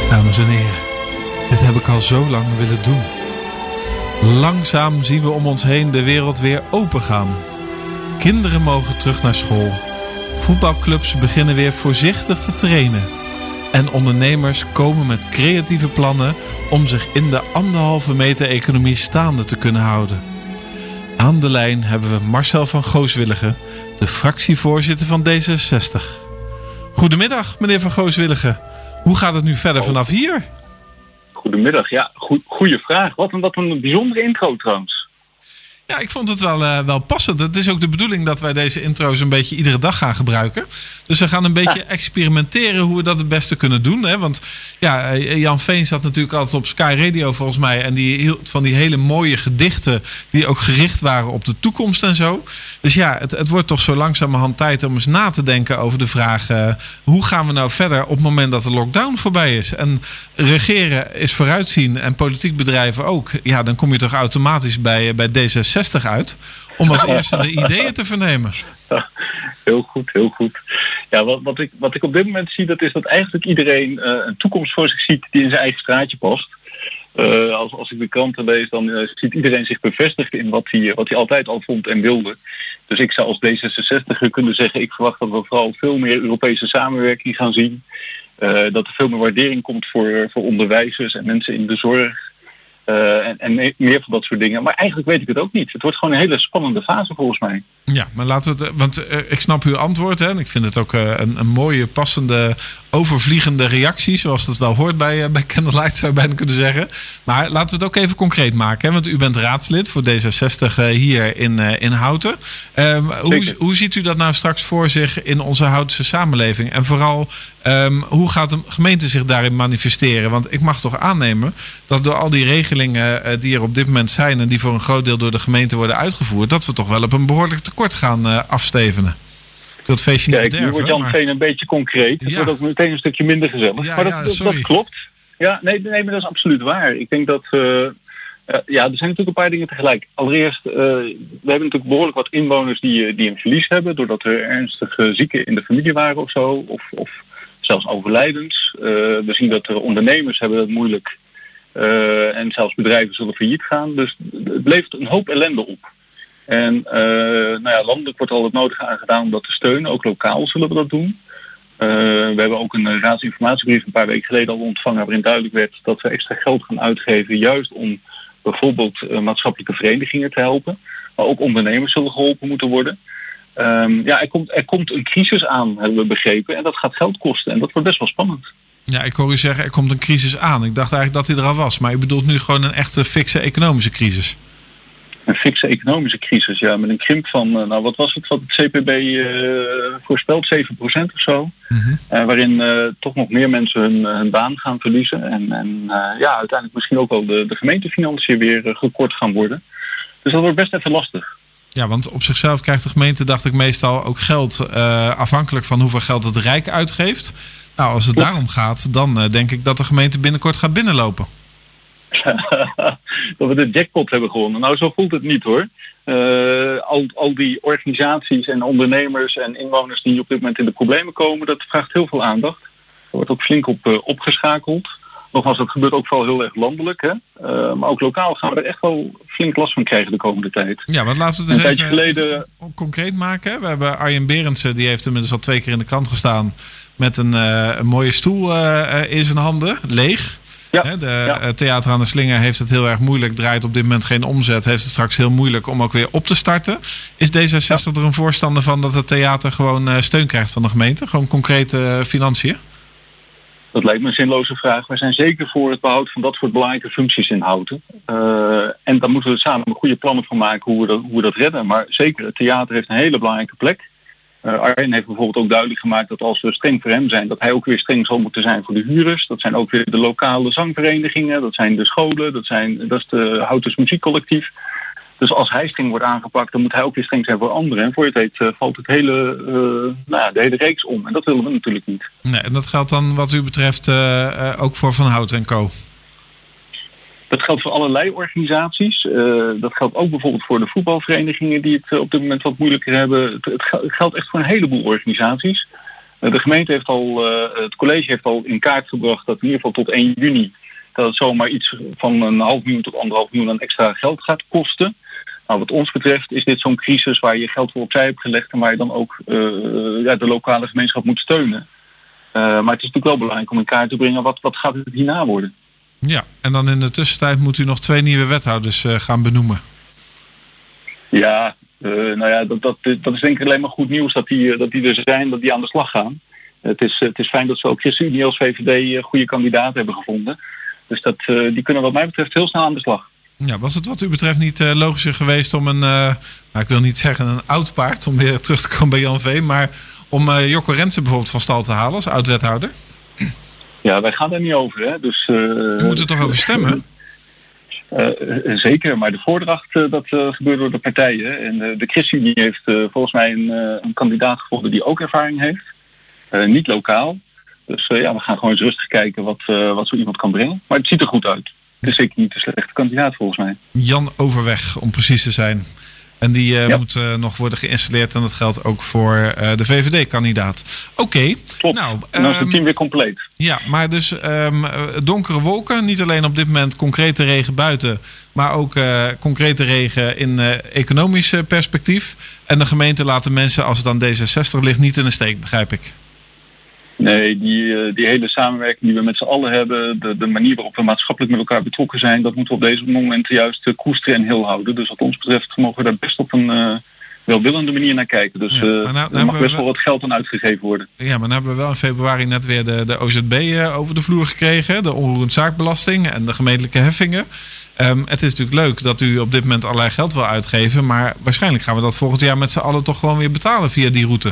Dames en heren, dit heb ik al zo lang willen doen. Langzaam zien we om ons heen de wereld weer opengaan. Kinderen mogen terug naar school. Voetbalclubs beginnen weer voorzichtig te trainen. En ondernemers komen met creatieve plannen om zich in de 1,5 meter economie staande te kunnen houden. Aan de lijn hebben we Marcel van Gooswilligen, de fractievoorzitter van D66. Goedemiddag, meneer van Gooswilligen. Hoe gaat het nu verder vanaf hier? Goedemiddag, ja, goede vraag. Wat een bijzondere intro trouwens. Ja, ik vond het wel passend. Het is ook de bedoeling dat wij deze intro's een beetje iedere dag gaan gebruiken. Dus we gaan een beetje experimenteren hoe we dat het beste kunnen doen. Hè? Want ja, Jan Veen zat natuurlijk altijd op Sky Radio volgens mij. En die hield van die hele mooie gedichten die ook gericht waren op de toekomst en zo. Dus ja, het wordt toch zo langzamerhand tijd om eens na te denken over de vraag... hoe gaan we nou verder op het moment dat de lockdown voorbij is? En regeren is vooruitzien en politiek bedrijven ook. Ja, dan kom je toch automatisch bij D66 uit om als eerste de ideeën te vernemen. Heel goed, heel goed. Ja, wat ik op dit moment zie, dat is dat eigenlijk iedereen een toekomst voor zich ziet die in zijn eigen straatje past. Als ik de kranten lees, dan ziet iedereen zich bevestigd in wat hij altijd al vond en wilde. Dus ik zou als D66 kunnen zeggen, ik verwacht dat we vooral veel meer Europese samenwerking gaan zien. Dat er veel meer waardering komt voor onderwijzers en mensen in de zorg. En meer van dat soort dingen. Maar eigenlijk weet ik het ook niet. Het wordt gewoon een hele spannende fase volgens mij. Ja, maar laten we het... Want ik snap uw antwoord. Hè? En ik vind het ook een mooie, passende, overvliegende reactie. Zoals dat wel hoort bij Candlelight, zou je bijna kunnen zeggen. Maar laten we het ook even concreet maken. Hè? Want u bent raadslid voor D66 hier in Houten. Hoe ziet u dat nou straks voor zich in onze Houtense samenleving? En vooral, hoe gaat de gemeente zich daarin manifesteren? Want ik mag toch aannemen dat door al die regelingen die er op dit moment zijn en die voor een groot deel door de gemeente worden uitgevoerd, dat we toch wel op een behoorlijk tekort gaan afstevenen. Ik wil het feestje niet bederven. Nu wordt Jan Veen een beetje concreet. Het wordt ook meteen een stukje minder gezellig. Ja, maar dat klopt. Ja, nee, maar dat is absoluut waar. Ik denk dat... er zijn natuurlijk een paar dingen tegelijk. Allereerst, we hebben natuurlijk behoorlijk wat inwoners die een verlies hebben, doordat er ernstige zieken in de familie waren of zo. Of zelfs overlijdens. We zien dat er ondernemers hebben het moeilijk. En zelfs bedrijven zullen failliet gaan. Dus het levert een hoop ellende op. En landelijk wordt al het nodige aan gedaan om dat te steunen. Ook lokaal zullen we dat doen. We hebben ook een raadsinformatiebrief een paar weken geleden al ontvangen waarin duidelijk werd dat we extra geld gaan uitgeven juist om bijvoorbeeld maatschappelijke verenigingen te helpen. Maar ook ondernemers zullen geholpen moeten worden. Er komt een crisis aan, hebben we begrepen. En dat gaat geld kosten. En dat wordt best wel spannend. Ja, ik hoor u zeggen, er komt een crisis aan. Ik dacht eigenlijk dat hij er al was. Maar u bedoelt nu gewoon een echte fikse economische crisis. Een fikse economische crisis, ja. Met een krimp van, wat was het wat het CPB voorspelt? 7% of zo. Mm-hmm. Waarin toch nog meer mensen hun baan gaan verliezen. En uiteindelijk misschien ook wel de gemeentefinanciën weer gekort gaan worden. Dus dat wordt best even lastig. Ja, want op zichzelf krijgt de gemeente, dacht ik, meestal ook geld afhankelijk van hoeveel geld het Rijk uitgeeft. Nou, als het daarom gaat, dan denk ik dat de gemeente binnenkort gaat binnenlopen. Dat we de jackpot hebben gewonnen. Nou, zo voelt het niet hoor. Al die organisaties en ondernemers en inwoners die op dit moment in de problemen komen, dat vraagt heel veel aandacht. Er wordt ook flink op opgeschakeld. Nogmaals, dat gebeurt ook vooral heel erg landelijk. Hè? Maar ook lokaal gaan we er echt wel flink last van krijgen de komende tijd. Ja, want laten we het dus even concreet maken. We hebben Arjen Berendsen, die heeft inmiddels al 2 keer in de krant gestaan met een mooie stoel in zijn handen, leeg. Ja, Theater aan de Slinger heeft het heel erg moeilijk, draait op dit moment geen omzet, heeft het straks heel moeilijk om ook weer op te starten. Is D66 er een voorstander van dat het theater gewoon steun krijgt van de gemeente? Gewoon concrete financiën? Dat lijkt me een zinloze vraag. Wij zijn zeker voor het behoud van dat soort belangrijke functies in Houten. En daar moeten we samen goede plannen van maken hoe we dat redden. Maar zeker, het theater heeft een hele belangrijke plek. Arjen heeft bijvoorbeeld ook duidelijk gemaakt dat als we streng voor hem zijn, dat hij ook weer streng zal moeten zijn voor de huurders. Dat zijn ook weer de lokale zangverenigingen, dat zijn de scholen, dat is de Houtens Muziekcollectief. Dus als hij streng wordt aangepakt, dan moet hij ook weer streng zijn voor anderen. En voor je het weet valt het de hele reeks om. En dat willen we natuurlijk niet. Nee, en dat geldt dan wat u betreft ook voor Van Hout & Co? Dat geldt voor allerlei organisaties. Dat geldt ook bijvoorbeeld voor de voetbalverenigingen die het op dit moment wat moeilijker hebben. Het geldt echt voor een heleboel organisaties. De gemeente heeft het college heeft al in kaart gebracht dat in ieder geval tot 1 juni... dat het zomaar iets van 500.000 tot 1,5 miljoen aan extra geld gaat kosten. Nou, wat ons betreft is dit zo'n crisis waar je geld voor opzij hebt gelegd en waar je dan ook de lokale gemeenschap moet steunen. Maar het is natuurlijk wel belangrijk om in kaart te brengen wat gaat het hierna worden. Ja, en dan in de tussentijd moet u nog 2 nieuwe wethouders gaan benoemen. Ja, dat is denk ik alleen maar goed nieuws dat die er zijn, dat die aan de slag gaan. Het is fijn dat zowel ChristenUnie als VVD goede kandidaten hebben gevonden. Dus die kunnen wat mij betreft heel snel aan de slag. Ja, was het wat u betreft niet logischer geweest om ik wil niet zeggen een oud paard, om weer terug te komen bij Jan Veen, maar om Jocko Rensen bijvoorbeeld van stal te halen als oud-wethouder? Ja, wij gaan daar niet over. Hè? Dus, we moeten er toch over stemmen? Zeker, maar de voordracht dat gebeurt door de partijen. En de ChristenUnie heeft volgens mij een kandidaat gevonden die ook ervaring heeft. Niet lokaal. Dus we gaan gewoon eens rustig kijken wat zo iemand kan brengen. Maar het ziet er goed uit. Het is zeker niet de slechte kandidaat volgens mij. Jan Overweg, om precies te zijn. En die moet nog worden geïnstalleerd. En dat geldt ook voor de VVD-kandidaat. Oké. Klopt. Nou, en dan is het team weer compleet. Ja, maar dus donkere wolken. Niet alleen op dit moment concrete regen buiten. Maar ook concrete regen in economisch perspectief. En de gemeente laat de mensen, als het aan D66 ligt, niet in de steek, begrijp ik. Nee, die hele samenwerking die we met z'n allen hebben, de manier waarop we maatschappelijk met elkaar betrokken zijn, dat moeten we op deze momenten juist koesteren en heel houden. Dus wat ons betreft mogen we daar best op een welwillende manier naar kijken. Dus er mag best wel wat geld aan uitgegeven worden. Ja, maar dan hebben we wel in februari net weer de OZB over de vloer gekregen, de onroerend zaakbelasting en de gemeentelijke heffingen. Het is natuurlijk leuk dat u op dit moment allerlei geld wil uitgeven, maar waarschijnlijk gaan we dat volgend jaar met z'n allen toch gewoon weer betalen via die route.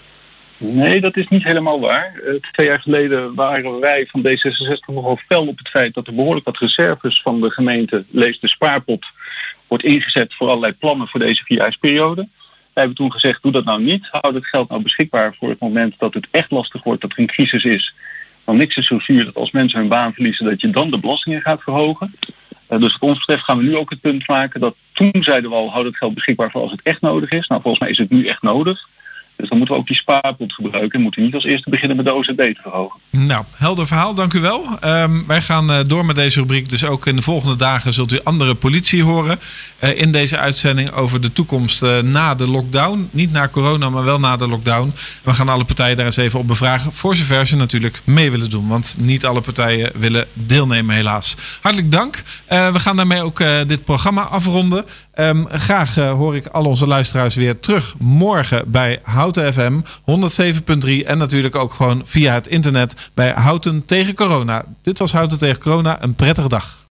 Nee, dat is niet helemaal waar. 2 jaar geleden waren wij van D66 nogal fel op het feit dat er behoorlijk wat reserves van de gemeente, lees de spaarpot, wordt ingezet voor allerlei plannen voor deze 4-jaarsperiode. Wij hebben toen gezegd, doe dat nou niet. Houd het geld nou beschikbaar voor het moment dat het echt lastig wordt, dat er een crisis is. Want niks is zo zuur dat als mensen hun baan verliezen, dat je dan de belastingen gaat verhogen. Dus wat ons betreft gaan we nu ook het punt maken dat toen zeiden we al, houd het geld beschikbaar voor als het echt nodig is. Nou, volgens mij is het nu echt nodig. Dus dan moeten we ook die spaarpot gebruiken en moeten niet als eerste beginnen met de OZB te verhogen. Nou, helder verhaal, dank u wel. Wij gaan door met deze rubriek. Dus ook in de volgende dagen zult u andere politie horen. In deze uitzending over de toekomst na de lockdown. Niet na corona, maar wel na de lockdown. We gaan alle partijen daar eens even op bevragen. Voor zover ze natuurlijk mee willen doen. Want niet alle partijen willen deelnemen helaas. Hartelijk dank. We gaan daarmee ook dit programma afronden. Graag hoor ik al onze luisteraars weer terug morgen bij Houten FM 107.3 en natuurlijk ook gewoon via het internet bij Houten tegen Corona. Dit was Houten tegen Corona. Een prettige dag.